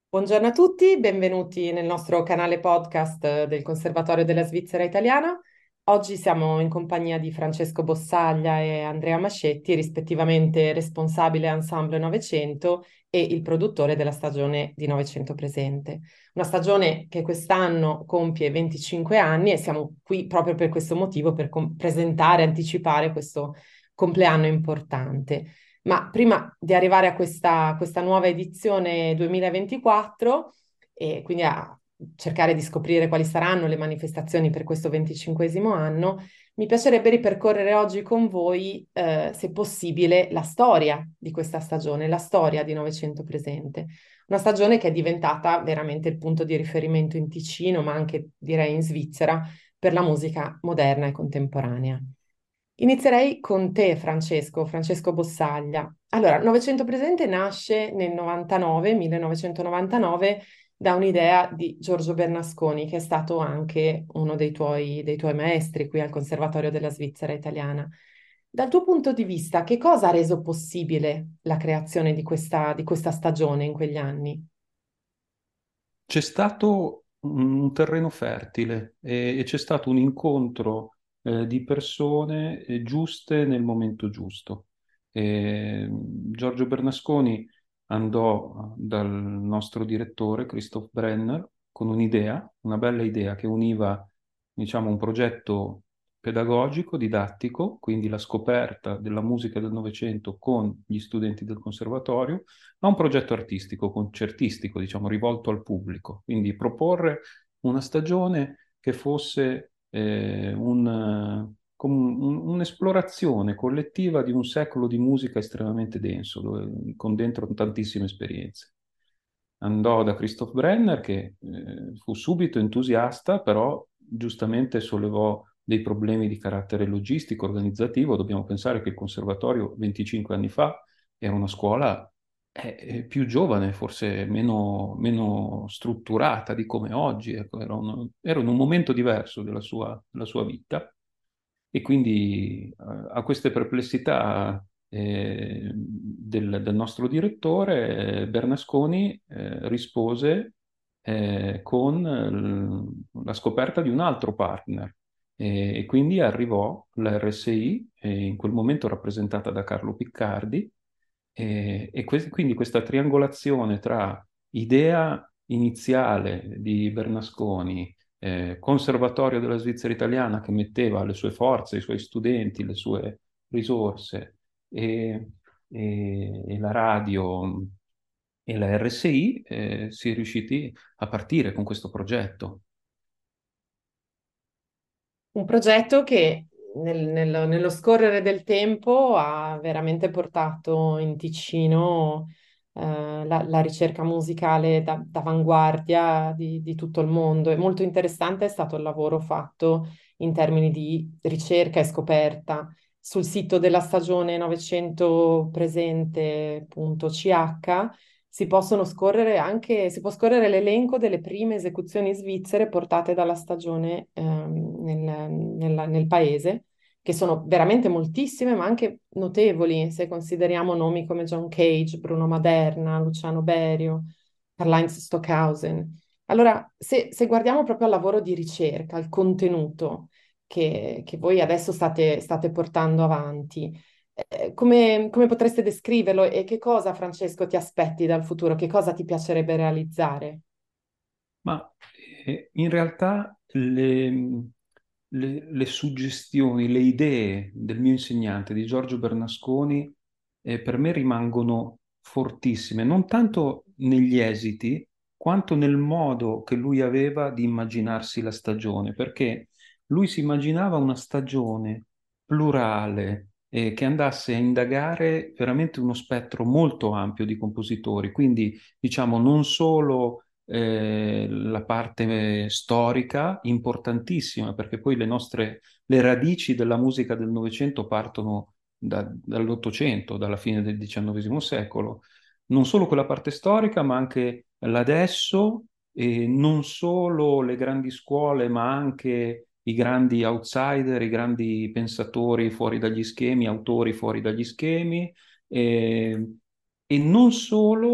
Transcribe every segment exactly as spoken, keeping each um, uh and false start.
Buongiorno a tutti, benvenuti nel nostro canale podcast eh, del Conservatorio della Svizzera Italiana. Oggi siamo in compagnia di Francesco Bossaglia e Andrea Mascetti, rispettivamente responsabile Ensemble Novecento e il produttore della stagione di Novecento Presente. Una stagione che quest'anno compie venticinque anni e siamo qui proprio per questo motivo, per com- presentare, anticipare questo compleanno importante. Ma prima di arrivare a questa, questa nuova edizione duemilaventiquattro e quindi a cercare di scoprire quali saranno le manifestazioni per questo venticinquesimo anno, mi piacerebbe ripercorrere oggi con voi, eh, se possibile, la storia di questa stagione, la storia di Novecento Presente. Una stagione che è diventata veramente il punto di riferimento in Ticino, ma anche direi in Svizzera, per la musica moderna e contemporanea. Inizierei con te, Francesco, Francesco Bossaglia. Allora, Novecento Presente nasce nel novantanove, millenovecentonovantanove, da un'idea di Giorgio Bernasconi, che è stato anche uno dei tuoi, dei tuoi maestri qui al Conservatorio della Svizzera Italiana. Dal tuo punto di vista, che cosa ha reso possibile la creazione di questa, di questa stagione in quegli anni? C'è stato un terreno fertile e, e c'è stato un incontro eh, di persone eh, giuste nel momento giusto. E, Giorgio Bernasconi andò dal nostro direttore, Christoph Brenner, con un'idea, una bella idea che univa, diciamo, un progetto pedagogico, didattico, quindi la scoperta della musica del Novecento con gli studenti del conservatorio, a un progetto artistico, concertistico, diciamo, rivolto al pubblico. Quindi proporre una stagione che fosse eh, un, eh, com- un- un'esplorazione collettiva di un secolo di musica estremamente denso, dove- con dentro tantissime esperienze. Andò da Christoph Brenner, che eh, fu subito entusiasta, però giustamente sollevò dei problemi di carattere logistico, organizzativo. Dobbiamo pensare che il conservatorio venticinque anni fa era una scuola eh, eh, più giovane, forse meno, meno strutturata di come oggi. Ecco, era, un- era in un momento diverso della sua, della sua vita e quindi eh, a queste perplessità eh, del, del nostro direttore, eh, Bernasconi eh, rispose eh, con eh, la scoperta di un altro partner. E, e quindi arrivò la R S I, eh, in quel momento rappresentata da Carlo Piccardi, e, e que- quindi questa triangolazione tra idea iniziale di Bernasconi, eh, Conservatorio della Svizzera Italiana che metteva le sue forze, i suoi studenti, le sue risorse e, e- e la radio e la R S I, eh, si è riusciti a partire con questo progetto. Un progetto che nel- nel- nello scorrere del tempo ha veramente portato in Ticino eh, la, la ricerca musicale da- d'avanguardia di, di tutto il mondo. E molto interessante è stato il lavoro fatto in termini di ricerca e scoperta. Sul sito della stagione Novecento presente.ch si possono scorrere anche, si può scorrere l'elenco delle prime esecuzioni svizzere portate dalla stagione ehm, nel, nella- nel paese, che sono veramente moltissime, ma anche notevoli, se consideriamo nomi come John Cage, Bruno Maderna, Luciano Berio, Karlheinz Stockhausen. Allora, se, se guardiamo proprio al lavoro di ricerca, al contenuto che, che voi adesso state, state portando avanti, eh, come, come potreste descriverlo e che cosa, Francesco, ti aspetti dal futuro? Che cosa ti piacerebbe realizzare? Ma eh, in realtà le, le- le suggestioni, le idee del mio insegnante, di Giorgio Bernasconi, eh, per me rimangono fortissime, non tanto negli esiti, quanto nel modo che lui aveva di immaginarsi la stagione, perché lui si immaginava una stagione plurale, eh, che andasse a indagare veramente uno spettro molto ampio di compositori, quindi diciamo non solo eh, la parte eh, storica importantissima, perché poi le nostre le radici della musica del Novecento partono da- dall'Ottocento, dalla fine del diciannovesimo secolo. Non solo quella parte storica, ma anche l'adesso, e non solo le grandi scuole, ma anche i grandi outsider, i grandi pensatori fuori dagli schemi, autori fuori dagli schemi, e, e non solo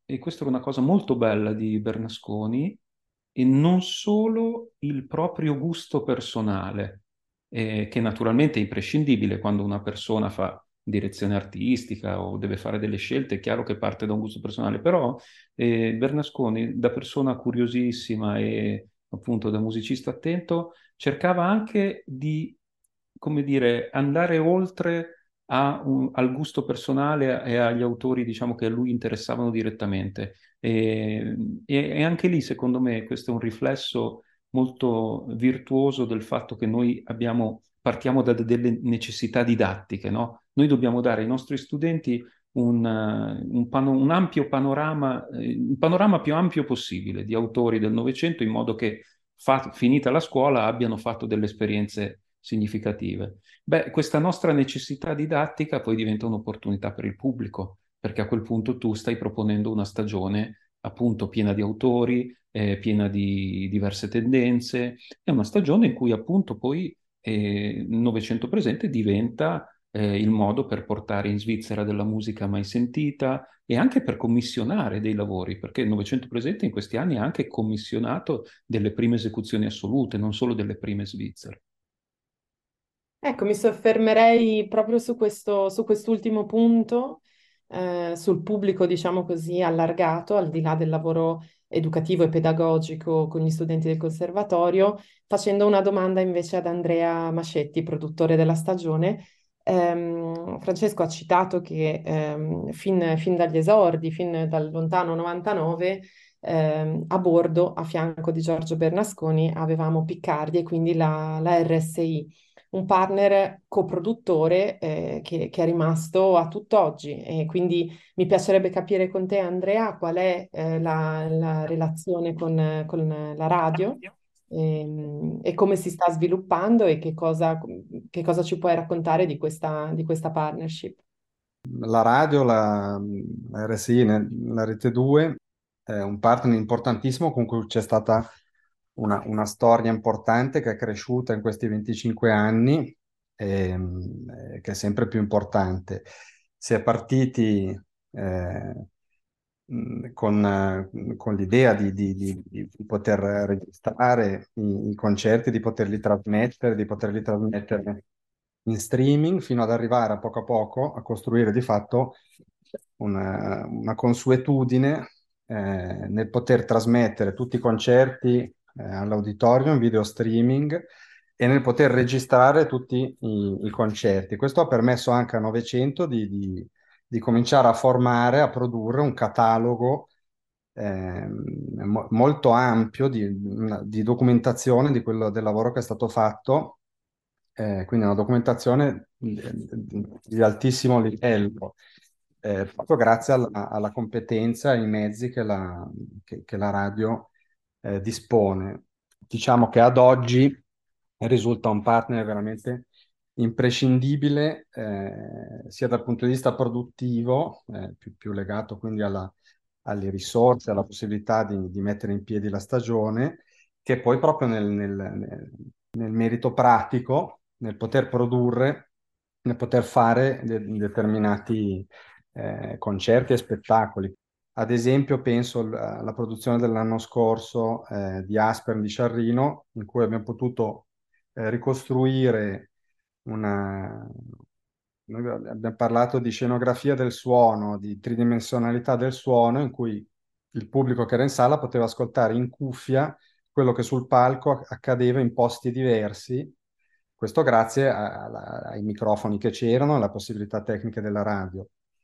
e questa era una cosa molto bella di Bernasconi, e non solo il proprio gusto personale, eh, che naturalmente è imprescindibile quando una persona fa direzione artistica o deve fare delle scelte, è chiaro che parte da un gusto personale, però eh, Bernasconi, da persona curiosissima e appunto da musicista attento, cercava anche di, come dire, andare oltre a un- al gusto personale e agli autori, diciamo, che a lui interessavano direttamente. E, e- e anche lì, secondo me, questo è un riflesso molto virtuoso del fatto che noi abbiamo, partiamo da delle necessità didattiche, no? Noi dobbiamo dare ai nostri studenti un, eh, un pano- un ampio panorama, eh, un panorama più ampio possibile di autori del Novecento, in modo che, fa- finita la scuola, abbiano fatto delle esperienze significative. Beh, questa nostra necessità didattica poi diventa un'opportunità per il pubblico, perché a quel punto tu stai proponendo una stagione appunto piena di autori, eh, piena di diverse tendenze, è una stagione in cui appunto poi eh, il Novecento presente diventa eh, il modo per portare in Svizzera della musica mai sentita e anche per commissionare dei lavori, perché il Novecento presente in questi anni ha anche commissionato delle prime esecuzioni assolute, non solo delle prime svizzere. Ecco, mi soffermerei proprio su questo, su quest'ultimo punto, eh, sul pubblico, diciamo così, allargato, al di là del lavoro educativo e pedagogico con gli studenti del conservatorio, facendo una domanda invece ad Andrea Mascetti, produttore della stagione. Ehm, Francesco ha citato che ehm, fin, fin dagli esordi, fin dal lontano novantanove, ehm, a bordo, a fianco di Giorgio Bernasconi, avevamo Piccardi e quindi la, la R S I, un partner coproduttore eh, che, che è rimasto a tutt'oggi. E quindi mi piacerebbe capire con te, Andrea, qual è eh, la, la relazione con, con la radio, ehm, e come si sta sviluppando e che cosa, che cosa ci puoi raccontare di questa, di questa partnership. La radio, la, la R S I, ne- la Rete due, è un partner importantissimo con cui c'è stata una, una storia importante che è cresciuta in questi venticinque anni e eh, che è sempre più importante. Si è partiti eh, mh, con, eh, con l'idea di, di- di- di poter registrare i, i concerti, di poterli trasmettere, di poterli trasmettere in streaming, fino ad arrivare a poco a poco a costruire di fatto una, una consuetudine eh, nel poter trasmettere tutti i concerti eh, all'auditorio in video streaming e nel poter registrare tutti i, i concerti. Questo ha permesso anche a Novecento di, di- di cominciare a formare, a produrre un catalogo ehm, mo- molto ampio di, di documentazione di quello del lavoro che è stato fatto, eh, quindi una documentazione di, di altissimo livello, eh, proprio grazie alla, alla competenza e ai mezzi che la, che, che la radio eh, dispone. Diciamo che ad oggi risulta un partner veramente imprescindibile, eh, sia dal punto di vista produttivo, eh, più, più legato quindi alla- alle risorse, alla possibilità di, di mettere in piedi la stagione, che poi proprio nel, nel- nel- nel merito pratico, nel poter produrre, nel poter fare de- determinati eh, concerti e spettacoli. Ad esempio, penso al- alla produzione dell'anno scorso eh, di Aspern di Sciarrino, in cui abbiamo potuto eh, ricostruire una... Noi abbiamo parlato di scenografia del suono, di tridimensionalità del suono, in cui il pubblico che era in sala poteva ascoltare in cuffia quello che sul palco accadeva in posti diversi. Questo grazie a- a- ai microfoni che c'erano, alle possibilità tecniche della radio.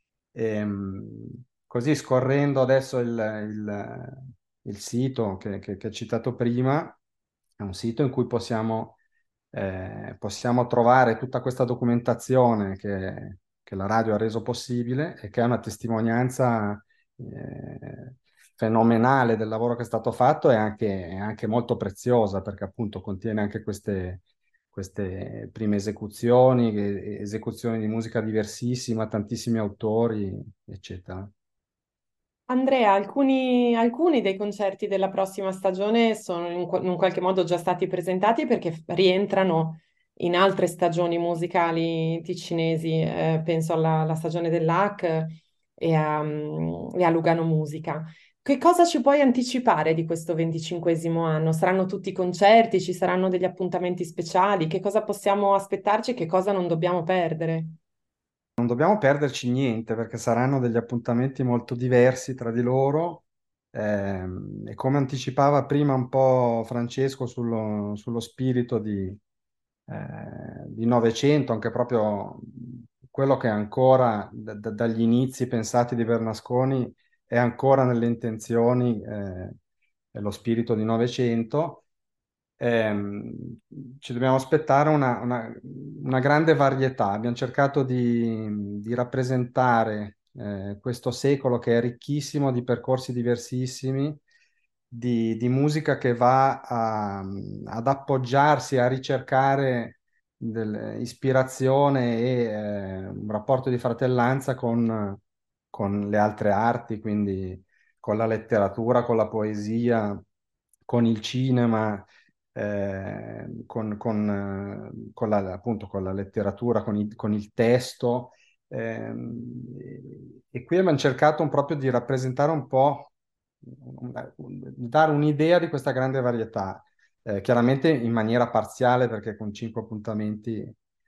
Ehm, così scorrendo adesso il, il- il sito che, che, che ho citato prima, è un sito in cui possiamo, eh, possiamo trovare tutta questa documentazione che, che la radio ha reso possibile e che è una testimonianza eh, fenomenale del lavoro che è stato fatto e anche, è anche molto preziosa perché appunto contiene anche queste queste prime esecuzioni, e- esecuzioni di musica diversissima, tantissimi autori, eccetera. Andrea, alcuni, alcuni dei concerti della prossima stagione sono in, qua- in un qualche modo già stati presentati perché f- rientrano in altre stagioni musicali ticinesi. Eh, penso alla, alla stagione dell'A C, e a, mm, e a Lugano Musica. Che cosa ci puoi anticipare di questo venticinquesimo anno? Saranno tutti concerti? Ci saranno degli appuntamenti speciali? Che cosa possiamo aspettarci e che cosa non dobbiamo perdere? Non dobbiamo perderci niente perché saranno degli appuntamenti molto diversi tra di loro. Ehm, e come anticipava prima un po' Francesco sullo, sullo spirito di, eh, di Novecento, anche proprio quello che è ancora da- da- dagli inizi pensati di Bernasconi è ancora nelle intenzioni, eh, è lo spirito di Novecento. Ehm, ci dobbiamo aspettare una, una- una grande varietà. Abbiamo cercato di, di rappresentare eh, questo secolo che è ricchissimo di percorsi diversissimi, di, di musica che va a- ad appoggiarsi, a ricercare del- ispirazione e eh, un rapporto di fratellanza con, con le altre arti, quindi con la letteratura, con la poesia, con il cinema, eh, con, con, eh, con la, appunto, con la letteratura, con il, con il testo. ehm, e, e qui abbiamo cercato un proprio di rappresentare un po', un- un- dare un'idea di questa grande varietà, eh, chiaramente in maniera parziale, perché con cinque appuntamenti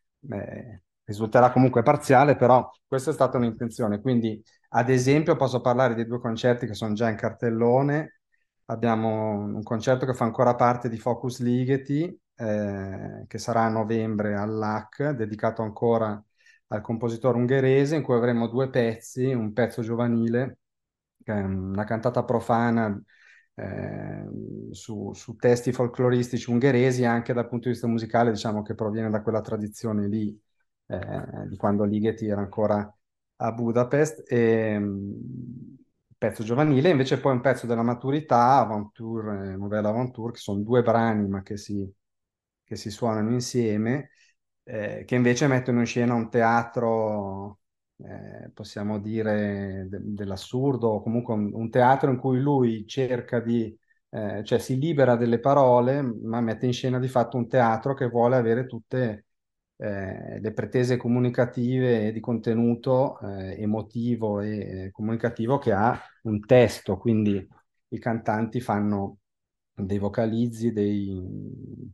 eh, risulterà comunque parziale, però questa è stata un'intenzione. Quindi, ad esempio, posso parlare di due concerti che sono già in cartellone. Abbiamo un concerto che fa ancora parte di Focus Ligeti, eh, che sarà a novembre all'A C, dedicato ancora al compositore ungherese, in cui avremo due pezzi, un pezzo giovanile, che è una cantata profana eh, su, su testi folcloristici ungheresi, anche dal punto di vista musicale, diciamo che proviene da quella tradizione lì, eh, di quando Ligeti era ancora a Budapest. E, mh, pezzo giovanile, invece poi un pezzo della maturità, Aventure, eh, Novella Aventure, che sono due brani ma che si, che si suonano insieme, eh, che invece mettono in scena un teatro, eh, possiamo dire, de- dell'assurdo, o comunque un, un teatro in cui lui cerca di, eh, cioè si libera delle parole, ma mette in scena di fatto un teatro che vuole avere tutte eh, le pretese comunicative e di contenuto eh, emotivo e eh, comunicativo che ha un testo, quindi i cantanti fanno dei vocalizzi, dei,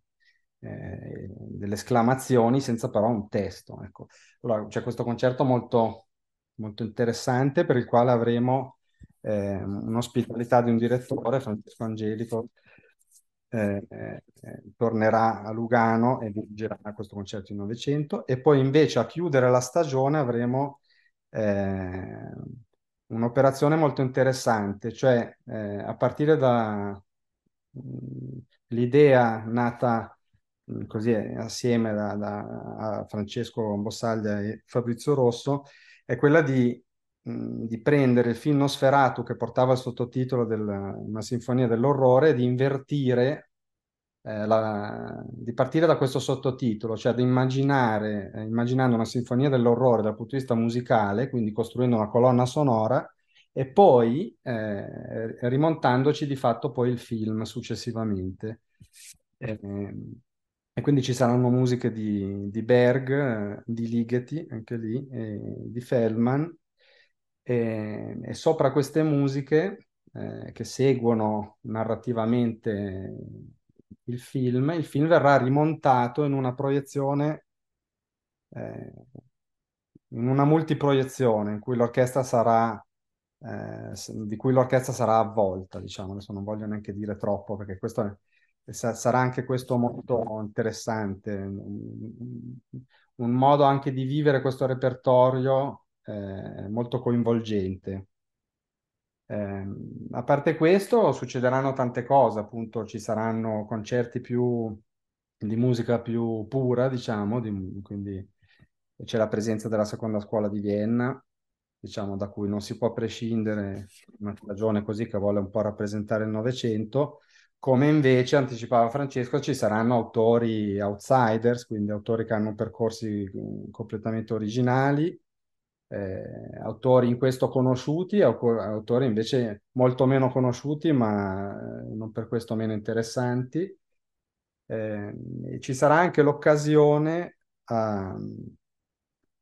eh, delle esclamazioni senza però un testo. Ecco. Allora, c'è questo concerto molto, molto interessante per il quale avremo eh, un'ospitalità di un direttore, Francesco Angelico, eh, eh, eh, tornerà a Lugano e dirigerà questo concerto in Novecento. E poi invece a chiudere la stagione avremo eh, un'operazione molto interessante, cioè eh, a partire da mh, l'idea nata mh, così eh, assieme da, da- a Francesco Bossaglia e Fabrizio Rosso, è quella di, mh, di prendere il film Nosferatu che portava il sottotitolo di Una sinfonia dell'orrore e di invertire eh, la- di partire da questo sottotitolo, cioè di immaginare, eh, immaginando una sinfonia dell'orrore dal punto di vista musicale, quindi costruendo una colonna sonora, e poi eh, rimontandoci di fatto poi il film successivamente. Eh, e quindi ci saranno musiche di, di Berg, eh, di Ligeti, anche lì, e di Feldman, e, e sopra queste musiche eh, che seguono narrativamente il film, il film verrà rimontato in una proiezione, eh, in una multiproiezione in cui l'orchestra sarà, eh, s- di cui l'orchestra sarà avvolta, diciamo. Adesso non voglio neanche dire troppo perché questo è- sa- sarà anche questo molto interessante, un, un modo anche di vivere questo repertorio eh, molto coinvolgente. Ehm, a parte questo, succederanno tante cose, appunto, ci saranno concerti più di musica più pura, diciamo, di- quindi c'è la presenza della seconda scuola di Vienna, diciamo, da cui non si può prescindere una stagione così che vuole un po' rappresentare il Novecento, come invece anticipava Francesco, ci saranno autori outsiders, quindi autori che hanno percorsi mm, completamente originali, eh, autori in questo conosciuti, au- autori invece molto meno conosciuti, ma eh, non per questo meno interessanti. Eh, e ci sarà anche l'occasione a,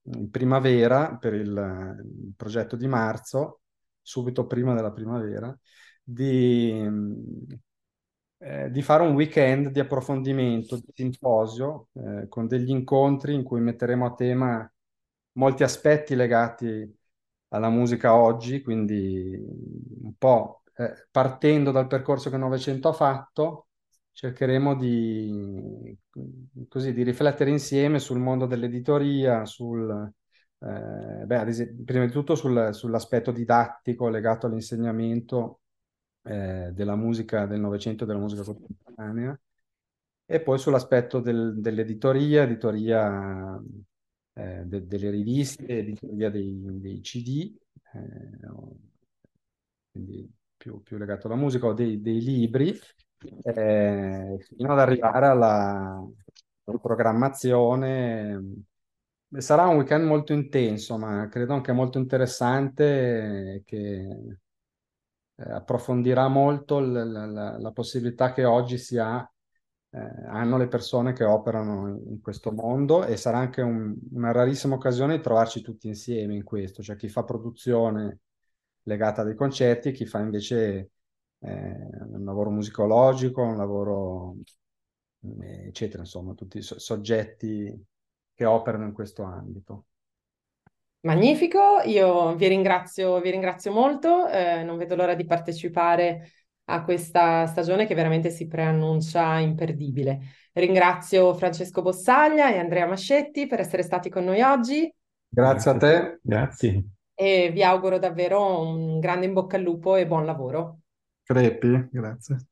in primavera per il, il progetto di marzo, subito prima della primavera, di, eh, di fare un weekend di approfondimento, di simposio, eh, con degli incontri in cui metteremo a tema molti aspetti legati alla musica oggi, quindi un po' eh, partendo dal percorso che il Novecento ha fatto, cercheremo di, così, di riflettere insieme sul mondo dell'editoria, sul, eh, beh, ad esempio, prima di tutto sul- sull'aspetto didattico legato all'insegnamento eh, della musica del Novecento e della musica contemporanea, e poi sull'aspetto del- dell'editoria, editoria eh, de- delle riviste, editoria dei, dei C D, eh, o- quindi più, più legato alla musica, o dei, dei libri, eh, fino ad arrivare alla, alla programmazione. Sarà un weekend molto intenso, ma credo anche molto interessante, eh, che eh, approfondirà molto l- la, la- la possibilità che oggi si ha, eh, hanno le persone che operano in, in questo mondo, e sarà anche un- una rarissima occasione di trovarci tutti insieme in questo, cioè chi fa produzione legata a dei concerti e chi fa invece eh, un lavoro musicologico, un lavoro eh, eccetera, insomma, tutti i so- soggetti che operano in questo ambito. Magnifico, io vi ringrazio, vi ringrazio molto, eh, non vedo l'ora di partecipare a questa stagione che veramente si preannuncia imperdibile. Ringrazio Francesco Bossaglia e Andrea Mascetti per essere stati con noi oggi Grazie a te. Grazie. e vi auguro davvero un grande in bocca al lupo e buon lavoro. Crepi, grazie.